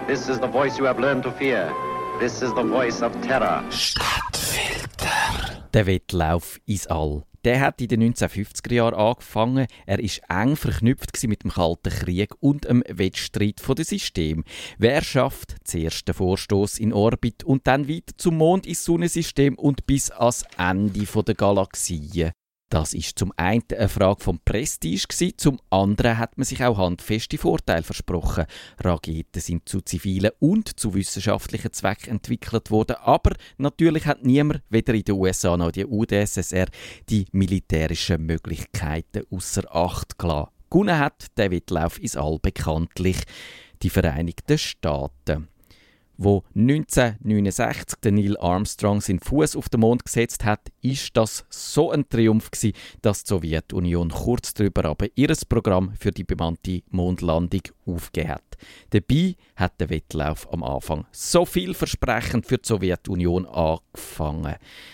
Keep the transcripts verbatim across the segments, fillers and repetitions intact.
This is the voice you have learned to fear. This is the voice of terror. Stadtfilter. Der Wettlauf ins All. Der hat in den neunzehnhundertfünfziger Jahren angefangen. Er war eng verknüpft mit dem Kalten Krieg und dem Wettstreit der Systeme. Wer schafft zuerst den Vorstoß in Orbit und dann weiter zum Mond ins Sonnensystem und bis ans Ende der Galaxien? Das war zum einen eine Frage vom Prestige, zum anderen hat man sich auch handfeste Vorteile versprochen. Raketen sind zu zivilen und zu wissenschaftlichen Zwecken entwickelt worden, aber natürlich hat niemand, weder in den U S A noch in der U d S S R, die militärischen Möglichkeiten außer Acht gelassen. Gewonnen hat der Wettlauf ins All bekanntlich die Vereinigten Staaten. Wo neunzehnhundertneunundsechzig der Neil Armstrong seinen Fuß auf den Mond gesetzt hat, ist das so ein Triumph gewesen, dass die Sowjetunion kurz darüber aber ihr Programm für die bemannte Mondlandung aufgegeben hat. Dabei hat der Wettlauf am Anfang so vielversprechend für die Sowjetunion angefangen.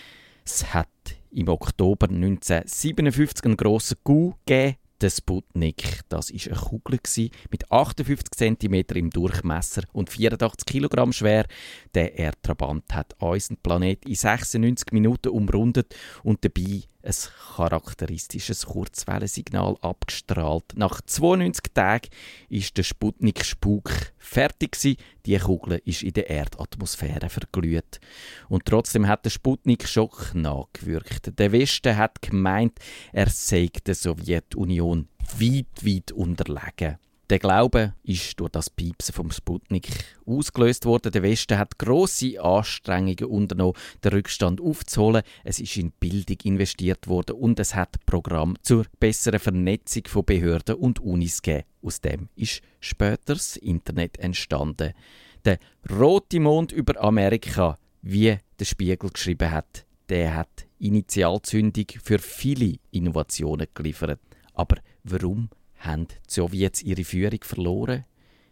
Es hat im Oktober neunzehnhundertsiebenundfünfzig einen grossen Coup gegeben. Der Sputnik, das war eine Kugel mit achtundfünfzig Zentimeter im Durchmesser und vierundachtzig Kilogramm schwer. Der Erdtrabant hat unseren Planeten in sechsundneunzig Minuten umrundet und dabei ein charakteristisches Kurzwellensignal abgestrahlt. Nach zweiundneunzig Tagen ist der Sputnik-Spuk fertig gewesen. Die Kugel ist in der Erdatmosphäre verglüht. Und trotzdem hat der Sputnik-Schock nachgewirkt. Der Westen hat gemeint, er sei der Sowjetunion weit, weit unterlegen. Der Glaube ist durch das Piepsen vom Sputnik ausgelöst worden. Der Westen hat grosse Anstrengungen unternommen, den Rückstand aufzuholen. Es ist in Bildung investiert worden und es hat Programm zur besseren Vernetzung von Behörden und Unis gegeben. Aus dem ist später das Internet entstanden. Der rote Mond über Amerika, wie der Spiegel geschrieben hat, der hat Initialzündung für viele Innovationen geliefert. Aber warum haben die Sowjets ihre Führung verloren?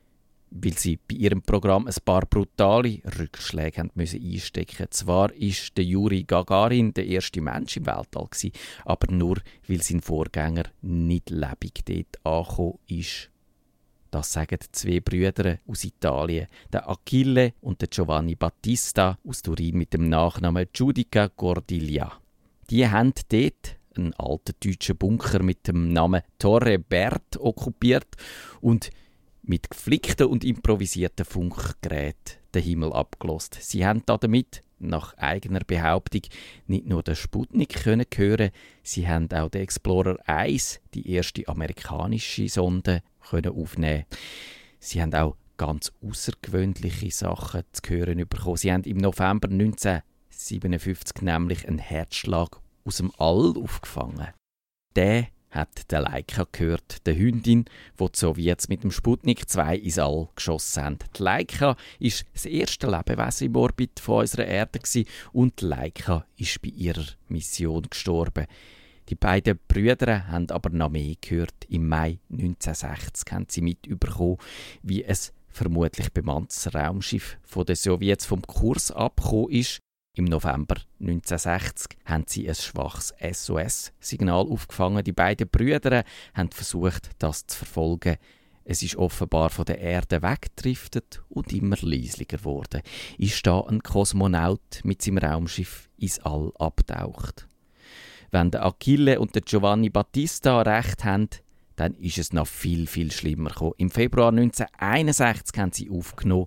Weil sie bei ihrem Programm ein paar brutale Rückschläge haben müssen einstecken. Zwar war der Juri Gagarin der erste Mensch im Weltall, aber nur, weil sein Vorgänger nicht lebendig dort angekommen ist. Das sagen zwei Brüder aus Italien, der Achille und der Giovanni Battista aus Turin mit dem Nachnamen Giudica Cordiglia. Die haben dort einen alten deutschen Bunker mit dem Namen Torre Bert okkupiert und mit geflickten und improvisierten Funkgeräten den Himmel abgelost. Sie haben damit, nach eigener Behauptung, nicht nur den Sputnik können hören, sie haben auch den Explorer eins, die erste amerikanische Sonde, können aufnehmen. Sie haben auch ganz außergewöhnliche Sachen zu hören bekommen. Sie haben im November neunzehnhundertsiebenundfünfzig nämlich einen Herzschlag aus dem All aufgefangen. Der hat der Laika gehört, der Hündin, die die Sowjets mit dem Sputnik zwei ins All geschossen haben. Die Laika war das erste Lebewesen im Orbit von unserer Erde und die Laika ist bei ihrer Mission gestorben. Die beiden Brüder haben aber noch mehr gehört. Im Mai neunzehnhundertsechzig haben sie mitbekommen, wie ein vermutlich bemanntes Raumschiff von den Sowjets vom Kurs abgekommen ist. Im November neunzehnhundertsechzig haben sie ein schwaches S O S-Signal aufgefangen. Die beiden Brüder haben versucht, das zu verfolgen. Es ist offenbar von der Erde weggedriftet und immer leislicher geworden. Ist da ein Kosmonaut mit seinem Raumschiff ins All abtaucht. Wenn der Achille und der Giovanni Battista recht haben, dann ist es noch viel, viel schlimmer gekommen. Im Februar neunzehnhunderteinundsechzig haben sie aufgenommen,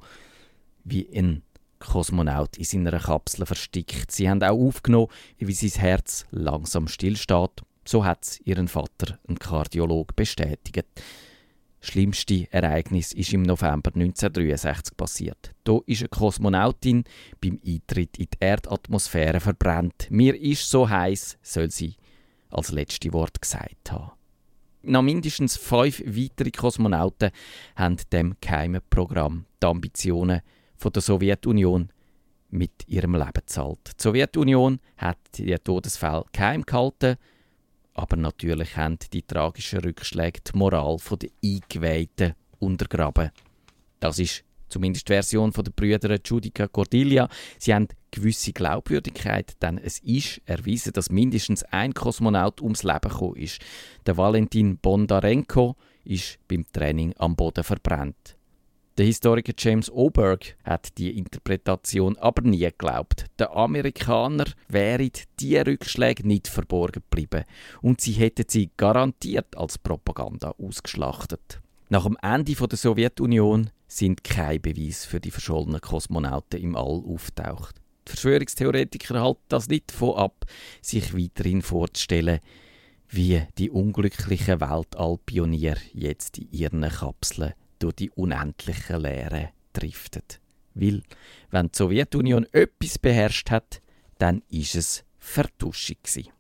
wie ein Kosmonaut in seiner Kapsel versteckt. Sie haben auch aufgenommen, wie sein Herz langsam stillsteht. So hat es ihren Vater, ein Kardiologe, bestätigt. Das schlimmste Ereignis ist im November neunzehnhundertdreiundsechzig passiert. Da ist eine Kosmonautin beim Eintritt in die Erdatmosphäre verbrannt. «Mir ist so heiß», soll sie als letzte Wort gesagt haben. Noch mindestens fünf weitere Kosmonauten haben dem geheimen Programm die Ambitionen von der Sowjetunion mit ihrem Leben gezahlt. Die Sowjetunion hat die Todesfälle geheim gehalten, aber natürlich haben die tragischen Rückschläge die Moral der Eingeweihten untergraben. Das ist zumindest die Version der Brüder Giudica Cordiglia. Sie haben gewisse Glaubwürdigkeit, denn es ist erwiesen, dass mindestens ein Kosmonaut ums Leben gekommen ist. Der Valentin Bondarenko ist beim Training am Boden verbrannt. Der Historiker James Oberg hat die Interpretation aber nie geglaubt. Den Amerikanern wären diese Rückschläge nicht verborgen geblieben und sie hätten sie garantiert als Propaganda ausgeschlachtet. Nach dem Ende der Sowjetunion sind keine Beweise für die verschollenen Kosmonauten im All auftaucht. Die Verschwörungstheoretiker halten das nicht davon ab, sich weiterhin vorzustellen, wie die unglücklichen Weltallpioniere jetzt in ihren Kapseln durch die unendliche Leere driften. Weil, wenn die Sowjetunion etwas beherrscht hat, dann ist es Vertuschung gewesen.